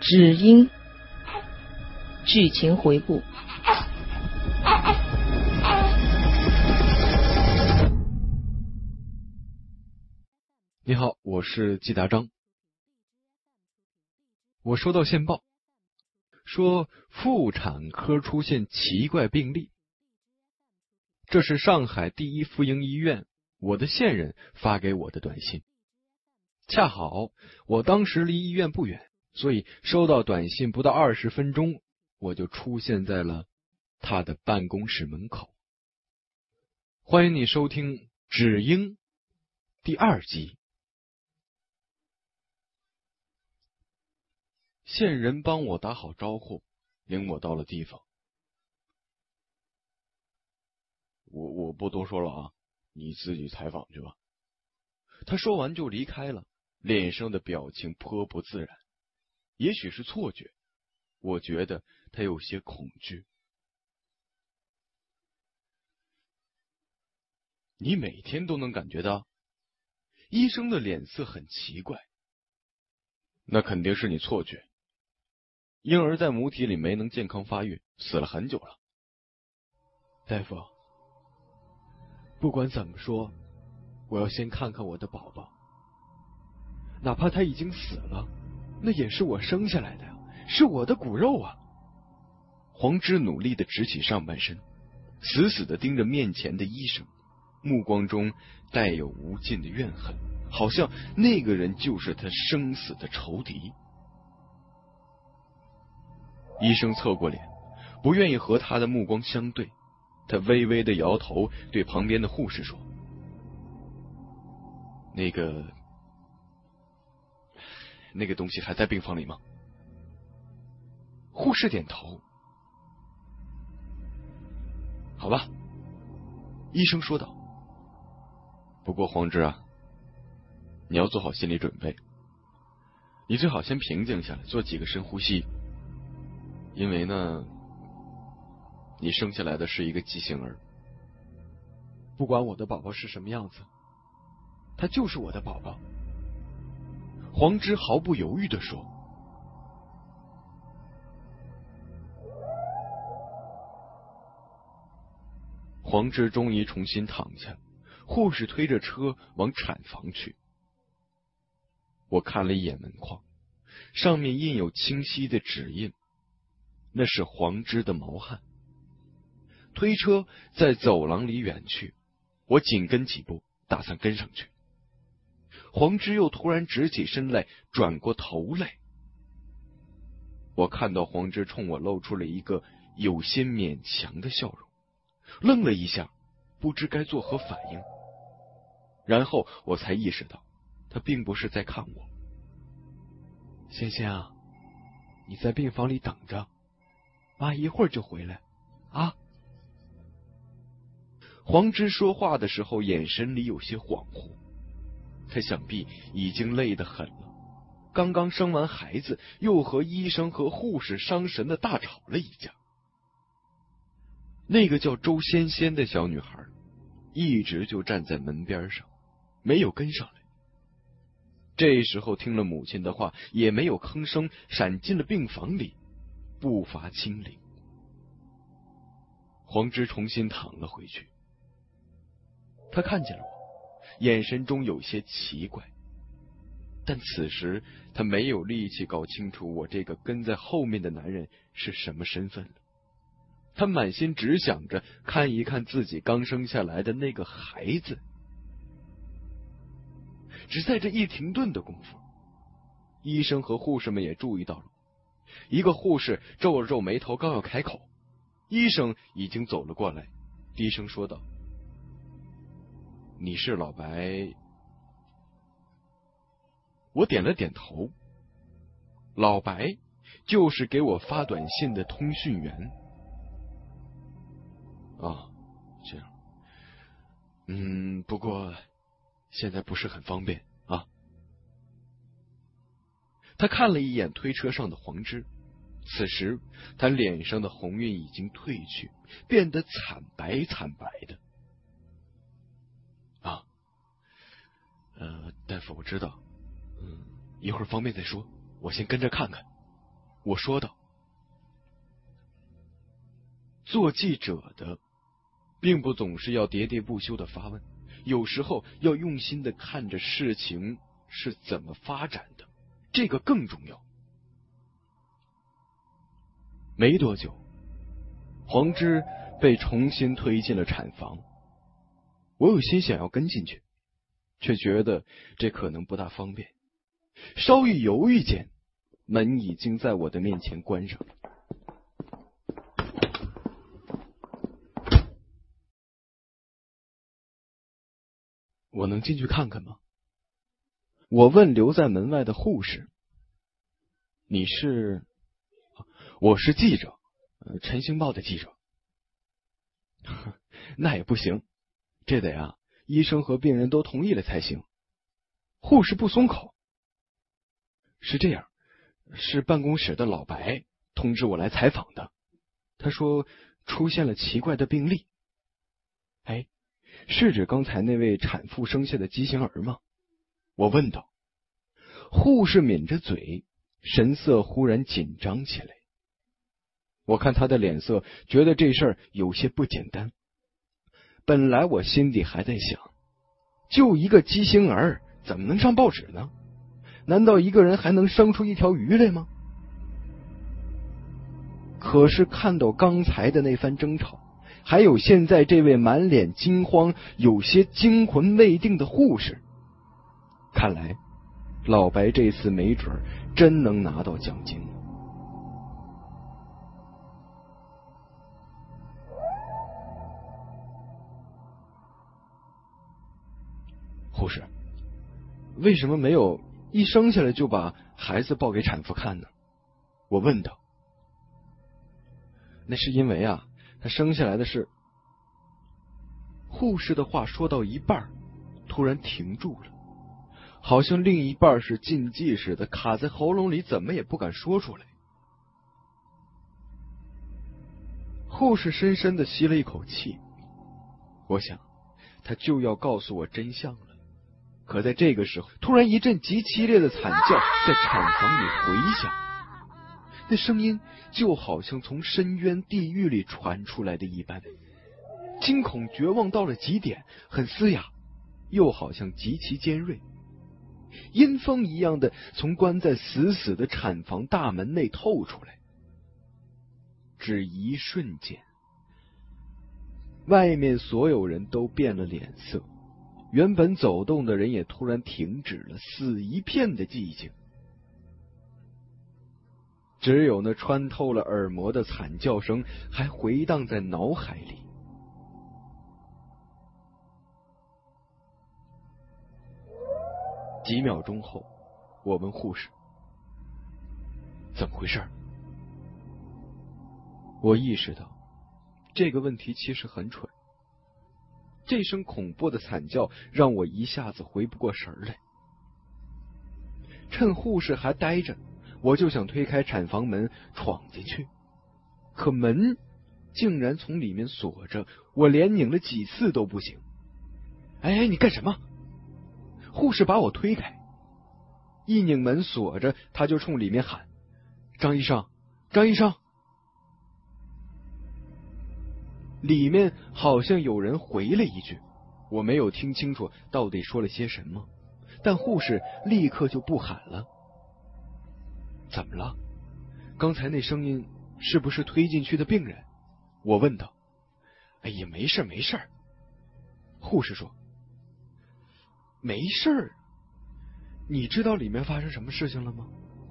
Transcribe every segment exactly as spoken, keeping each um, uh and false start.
只因剧情回顾。 你好，我是季达章。我收到线报，说妇产科出现奇怪病例。这是上海第一妇婴医院我的线人发给我的短信。恰好我当时离医院不远，所以收到短信不到二十分钟，我就出现在了他的办公室门口。欢迎你收听《只因》第二集。线人帮我打好招呼，领我到了地方。我我不多说了啊，你自己采访去吧。他说完就离开了，脸上的表情颇不自然，也许是错觉，我觉得他有些恐惧。你每天都能感觉到？医生的脸色很奇怪。那肯定是你错觉。婴儿在母体里没能健康发育，死了很久了。大夫，不管怎么说，我要先看看我的宝宝。哪怕他已经死了，那也是我生下来的呀，是我的骨肉啊。黄芝努力地直起上半身，死死地盯着面前的医生，目光中带有无尽的怨恨，好像那个人就是他生死的仇敌。医生侧过脸，不愿意和他的目光相对，他微微的摇头，对旁边的护士说：那个那个东西还在病房里吗？护士点头。好吧，医生说道。不过黄芝啊，你要做好心理准备，你最好先平静下来，做几个深呼吸。因为呢，你生下来的是一个畸形儿。不管我的宝宝是什么样子，他就是我的宝宝。黄芝毫不犹豫地说。黄芝终于重新躺下，护士推着车往产房去。我看了一眼门框，上面印有清晰的指印，那是黄芝的毛汗。推车在走廊里远去，我紧跟几步，打算跟上去。黄芝又突然直起身来，转过头来。我看到黄芝冲我露出了一个有些勉强的笑容，愣了一下，不知该作何反应。然后我才意识到，他并不是在看我。仙仙啊，你在病房里等着，妈一会儿就回来啊。黄芝说话的时候眼神里有些恍惚，他想必已经累得很了，刚刚生完孩子，又和医生和护士伤神的大吵了一架。那个叫周仙仙的小女孩一直就站在门边上，没有跟上来。这时候听了母亲的话，也没有吭声，闪进了病房里，步伐轻灵。黄芝重新躺了回去，他看见了我，眼神中有些奇怪，但此时他没有力气搞清楚我这个跟在后面的男人是什么身份了。他满心只想着看一看自己刚生下来的那个孩子。只在这一停顿的功夫，医生和护士们也注意到了。一个护士皱了皱眉头，刚要开口，医生已经走了过来，低声说道：你是老白？我点了点头。老白就是给我发短信的通讯员。啊，这样。嗯，不过现在不是很方便啊。他看了一眼推车上的黄芝，此时他脸上的红晕已经褪去，变得惨白惨白的。啊，呃，大夫，我知道，嗯，一会儿方便再说，我先跟着看看。 我说道。做记者的并不总是要喋喋不休的发问，有时候要用心的看着事情是怎么发展的，这个更重要。没多久，黄芝被重新推进了产房，我有心想要跟进去，却觉得这可能不大方便。稍一犹豫间，门已经在我的面前关上。我能进去看看吗？我问留在门外的护士。你是？我是记者，呃，晨星报的记者。那也不行，这得啊，医生和病人都同意了才行。护士不松口。是这样，是办公室的老白通知我来采访的。他说出现了奇怪的病例。哎，是指刚才那位产妇生下的畸形儿吗？我问道。护士抿着嘴，神色忽然紧张起来。我看他的脸色，觉得这事儿有些不简单。本来我心里还在想，就一个畸形儿怎么能上报纸呢？难道一个人还能生出一条鱼来吗？可是看到刚才的那番争吵，还有现在这位满脸惊慌、有些惊魂未定的护士，看来老白这次没准真能拿到奖金。护士，为什么没有一生下来就把孩子抱给产妇看呢？我问道。那是因为啊，他生下来的是……护士的话说到一半，突然停住了，好像另一半是禁忌似的，卡在喉咙里，怎么也不敢说出来。护士深深的吸了一口气，我想他就要告诉我真相了。可在这个时候，突然一阵极凄烈的惨叫在产房里回响，那声音就好像从深渊地狱里传出来的一般，惊恐绝望到了极点，很嘶哑，又好像极其尖锐，阴风一样的从关在死死的产房大门内透出来。只一瞬间，外面所有人都变了脸色，原本走动的人也突然停止了，死一片的寂静，只有那穿透了耳膜的惨叫声还回荡在脑海里。几秒钟后，我问护士：“怎么回事？”我意识到这个问题其实很蠢。这声恐怖的惨叫让我一下子回不过神来。趁护士还待着，我就想推开产房门闯进去，可门竟然从里面锁着，我连拧了几次都不行。哎，你干什么？护士把我推开，一拧门锁着，他就冲里面喊：“张医生，张医生！”里面好像有人回了一句，我没有听清楚到底说了些什么，但护士立刻就不喊了。怎么了？刚才那声音是不是推进去的病人？我问道。哎呀，没事没事。护士说。没事？你知道里面发生什么事情了吗？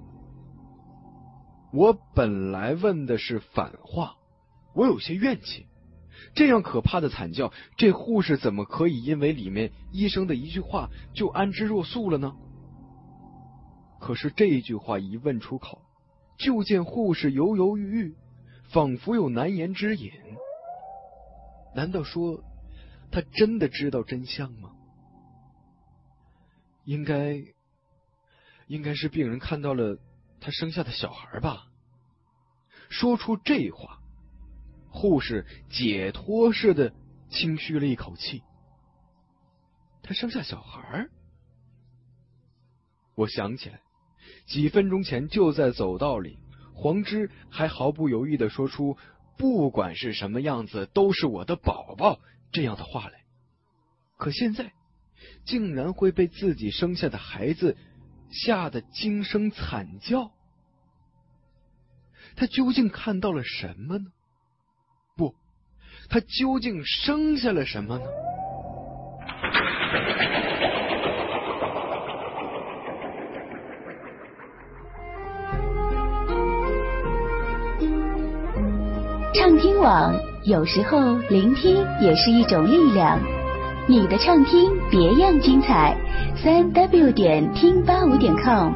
我本来问的是反话，我有些怨气。这样可怕的惨叫，这护士怎么可以因为里面医生的一句话就安之若素了呢？可是这句话一问出口，就见护士犹犹豫豫，仿佛有难言之隐。难道说他真的知道真相吗？应该应该是病人看到了他生下的小孩吧。说出这话，护士解脱似的轻吁了一口气。他生下小孩？我想起来，几分钟前就在走道里， 黄芝还毫不犹豫地说出不管是什么样子都是我的宝宝这样的话来。可现在竟然会被自己生下的孩子吓得惊声惨叫。他究竟看到了什么呢？不，他究竟生下了什么呢？ 畅听网，有时候聆听也是一种力量。你的畅听别样精彩，三 w 点听八五点 com。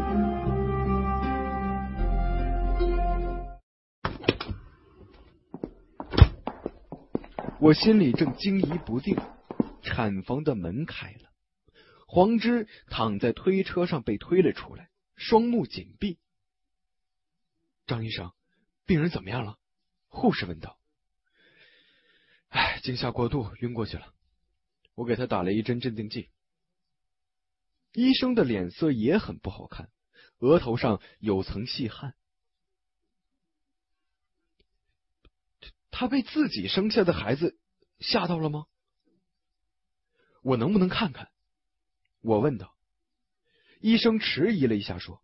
我心里正惊疑不定，产房的门开了，黄芝躺在推车上被推了出来，双目紧闭。张医生，病人怎么样了？护士问道。唉，惊吓过度，晕过去了。我给他打了一针镇定剂。医生的脸色也很不好看，额头上有层细汗。他被自己生下的孩子吓到了吗？我能不能看看？我问道。医生迟疑了一下说，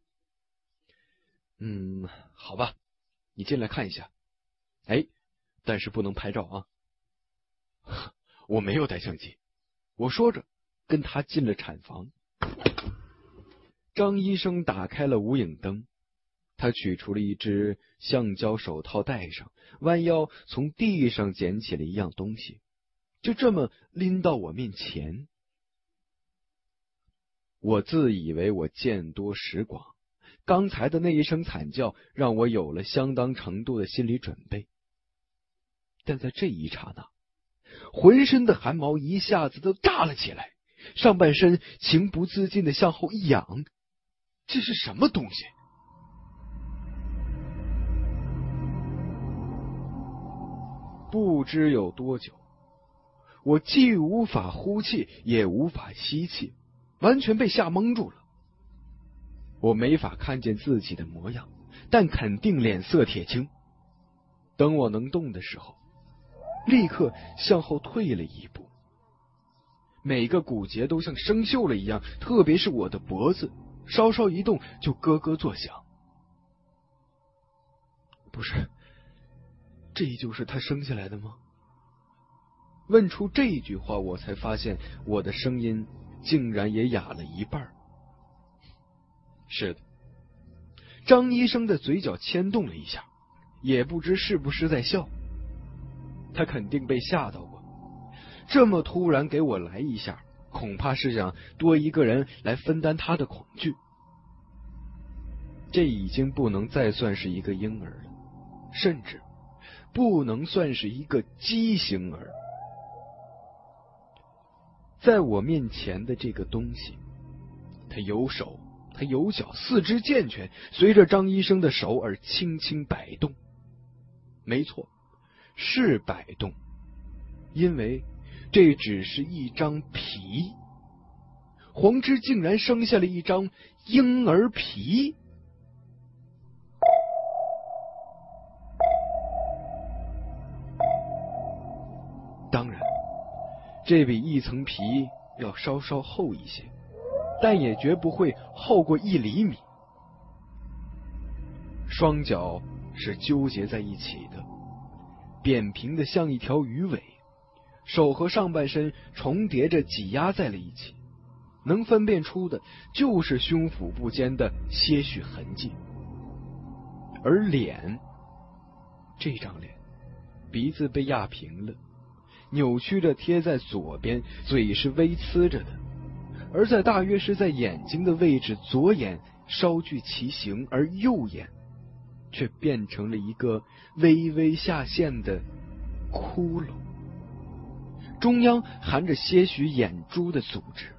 嗯，好吧，你进来看一下。哎，但是不能拍照啊。我没有带相机。我说着跟他进了产房。张医生打开了无影灯，他取出了一只橡胶手套戴上，弯腰从地上捡起了一样东西，就这么拎到我面前。我自以为我见多识广，刚才的那一声惨叫让我有了相当程度的心理准备，但在这一刹那，浑身的汗毛一下子都炸了起来，上半身情不自禁地向后一仰。这是什么东西？不知有多久，我既无法呼气，也无法吸气，完全被吓蒙住了。我没法看见自己的模样，但肯定脸色铁青。等我能动的时候，立刻向后退了一步，每个骨节都像生锈了一样，特别是我的脖子，稍稍一动就咯咯作响。不是，这就是他生下来的吗？问出这句话，我才发现我的声音竟然也哑了一半。是的，张医生的嘴角牵动了一下，也不知是不是在笑。他肯定被吓到过，这么突然给我来一下，恐怕是想多一个人来分担他的恐惧。这已经不能再算是一个婴儿了，甚至不能算是一个畸形儿。在我面前的这个东西，它有手，它有脚，四肢健全，随着张医生的手而轻轻摆动。没错，是摆动，因为这只是一张皮。黄芝竟然生下了一张婴儿皮。当然，这比一层皮要稍稍厚一些，但也绝不会厚过一厘米。双脚是纠结在一起的，扁平的像一条鱼尾，手和上半身重叠着挤压在了一起，能分辨出的就是胸腹部间的些许痕迹。而脸，这张脸，鼻子被压平了，扭曲着贴在左边，嘴是微呲着的，而在大约是在眼睛的位置，左眼稍具其形，而右眼却变成了一个微微下陷的窟窿，中央含着些许眼珠的组织。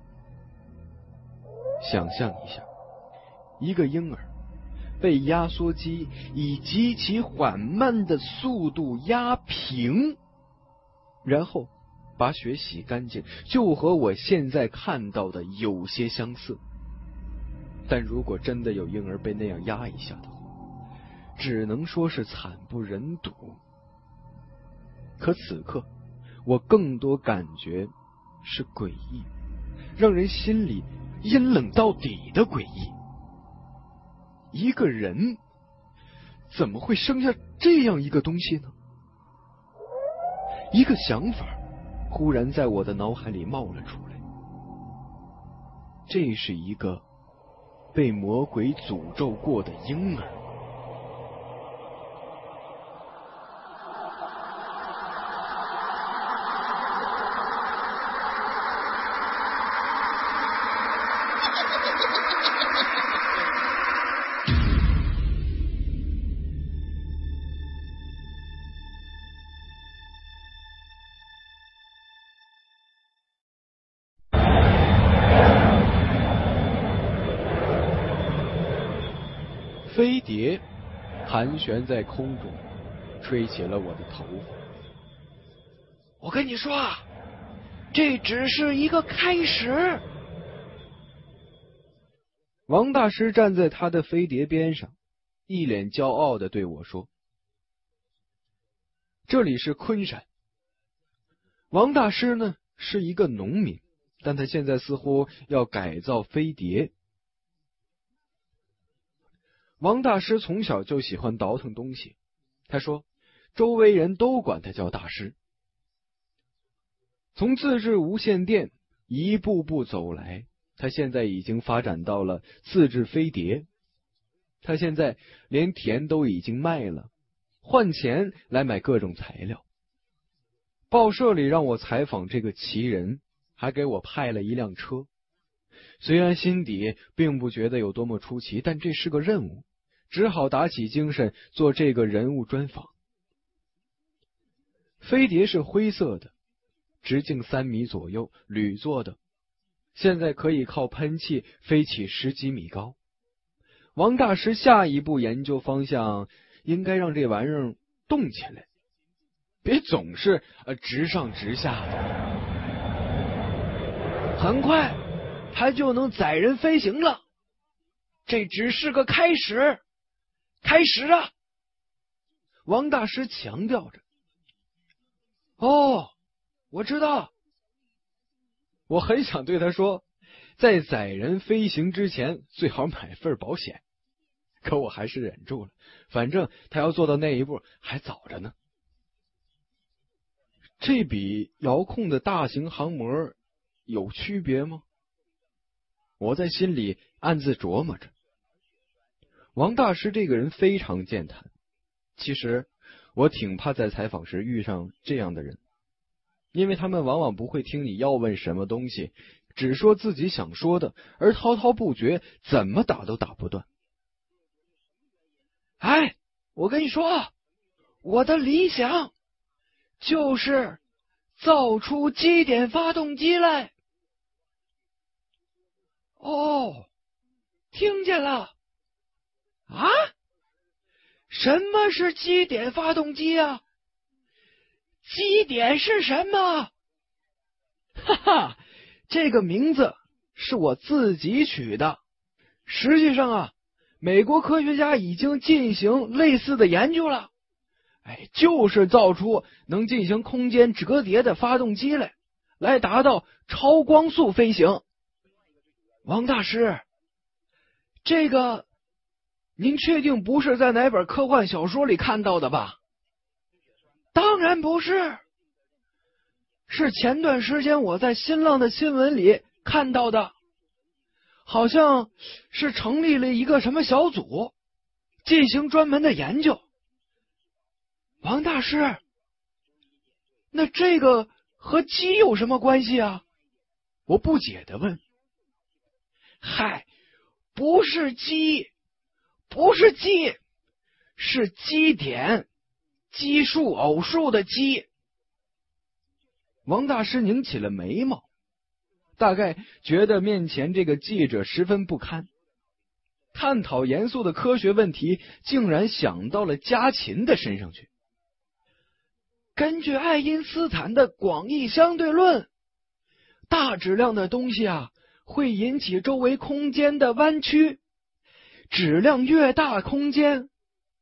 想象一下，一个婴儿被压缩机以极其缓慢的速度压平，然后把血洗干净，就和我现在看到的有些相似。但如果真的有婴儿被那样压一下的话， 只能说是惨不忍睹。可此刻，我更多感觉是诡异，让人心里阴冷到底的诡异。一个人怎么会生下这样一个东西呢？一个想法忽然在我的脑海里冒了出来，这是一个被魔鬼诅咒过的婴儿。飞碟盘旋在空中，吹起了我的头发。 我跟你说啊，这只是一个开始。 王大师站在他的飞碟边上，一脸骄傲地对我说：“这里是昆山。”王大师呢是一个农民，但他现在似乎要改造飞碟。王大师从小就喜欢倒腾东西，他说周围人都管他叫大师。从自制无线电一步步走来，他现在已经发展到了自制飞碟。他现在连田都已经卖了，换钱来买各种材料。报社里让我采访这个奇人，还给我派了一辆车。虽然心底并不觉得有多么出奇，但这是个任务，只好打起精神做这个人物专访。飞碟是灰色的，直径三米左右，铝做的，现在可以靠喷气飞起十几米高。王大师下一步研究方向应该让这玩意儿动起来，别总是呃直上直下的。 很快它就能载人飞行了，这只是个开始。开始啊！ 王大师强调着。 哦，我知道。 我很想对他说，在载人飞行之前最好买份保险，可我还是忍住了，反正他要做到那一步还早着呢。这比遥控的大型航模有区别吗？我在心里暗自琢磨着。王大师这个人非常健谈，其实我挺怕在采访时遇上这样的人，因为他们往往不会听你要问什么东西，只说自己想说的，而滔滔不绝，怎么打都打不断。 哎，我跟你说，我的理想就是造出机点发动机来。哦，听见了。啊？什么是机点发动机啊？机点是什么？ 哈哈，这个名字是我自己取的。实际上啊，美国科学家已经进行类似的研究了，哎，就是造出能进行空间折叠的发动机来，来达到超光速飞行。 王大师，这个您确定不是在哪本科幻小说里看到的吧？当然不是，是前段时间我在新浪的新闻里看到的，好像是成立了一个什么小组，进行专门的研究。王大师，那这个和鸡有什么关系啊？ 我不解地问。 嗨，不是鸡，不是鸡，是基点，奇数偶数的奇。 王大师拧起了眉毛，大概觉得面前这个记者十分不堪，探讨严肃的科学问题，竟然想到了家禽的身上去。 根据爱因斯坦的广义相对论，大质量的东西啊，会引起周围空间的弯曲，质量越大空间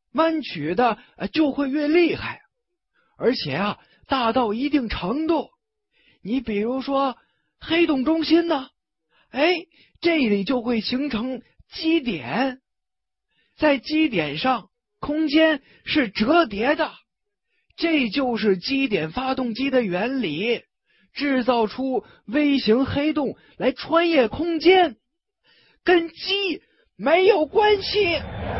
弯曲的就会越厉害，而且啊，大到一定程度。你比如说黑洞中心呢，哎，这里就会形成基点，在基点上空间是折叠的，这就是基点发动机的原理，制造出微型黑洞来穿越空间，跟鸡没有关系。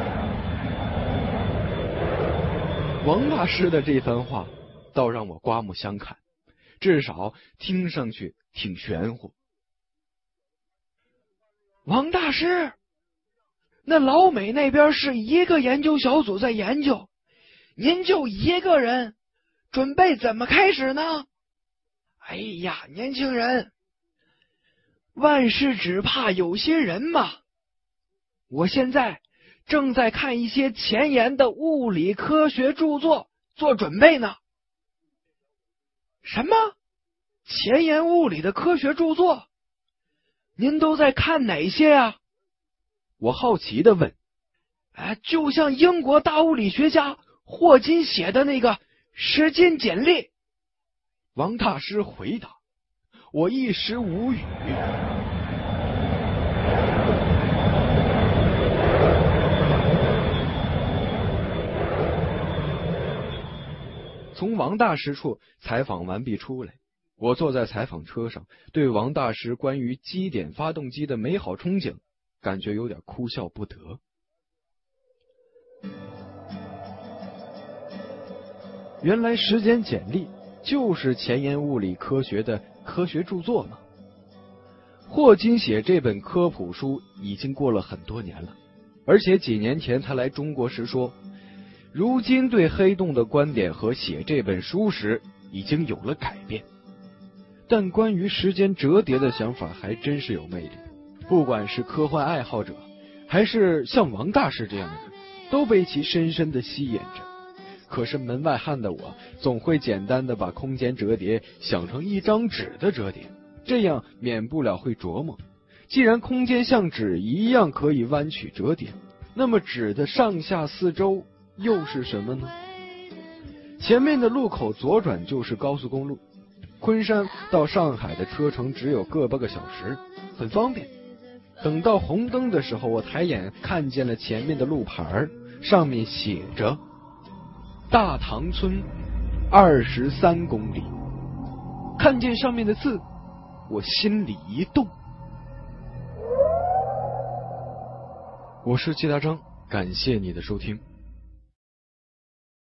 王大师的这番话倒让我刮目相看，至少听上去挺玄乎。 王大师，那老美那边是一个研究小组在研究，您就一个人，准备怎么开始呢？哎呀，年轻人，万事只怕有心人嘛。我现在正在看一些前沿的物理科学著作，做准备呢。什么？前沿物理的科学著作？您都在看哪些啊？ 我好奇地问。 哎，就像英国大物理学家霍金写的那个《时间简历》。 王大师回答。我一时无语。从王大师处采访完毕出来，我坐在采访车上，对王大师关于基点发动机的美好憧憬，感觉有点哭笑不得。原来《时间简历》就是前沿物理科学的科学著作嘛。霍金写这本科普书已经过了很多年了，而且几年前他来中国时说，如今对黑洞的观点和写这本书时已经有了改变。但关于时间折叠的想法还真是有魅力，不管是科幻爱好者，还是像王大师这样的人，都被其深深的吸引着。可是门外汉的我，总会简单的把空间折叠想成一张纸的折叠，这样免不了会琢磨，既然空间像纸一样可以弯曲折叠，那么纸的上下四周又是什么呢？前面的路口左转就是高速公路，昆山到上海的车程只有个把个小时，很方便。等到红灯的时候，我抬眼看见了前面的路牌，上面写着大塘村二十三公里。看见上面的字，我心里一动。我是季大章，感谢你的收听。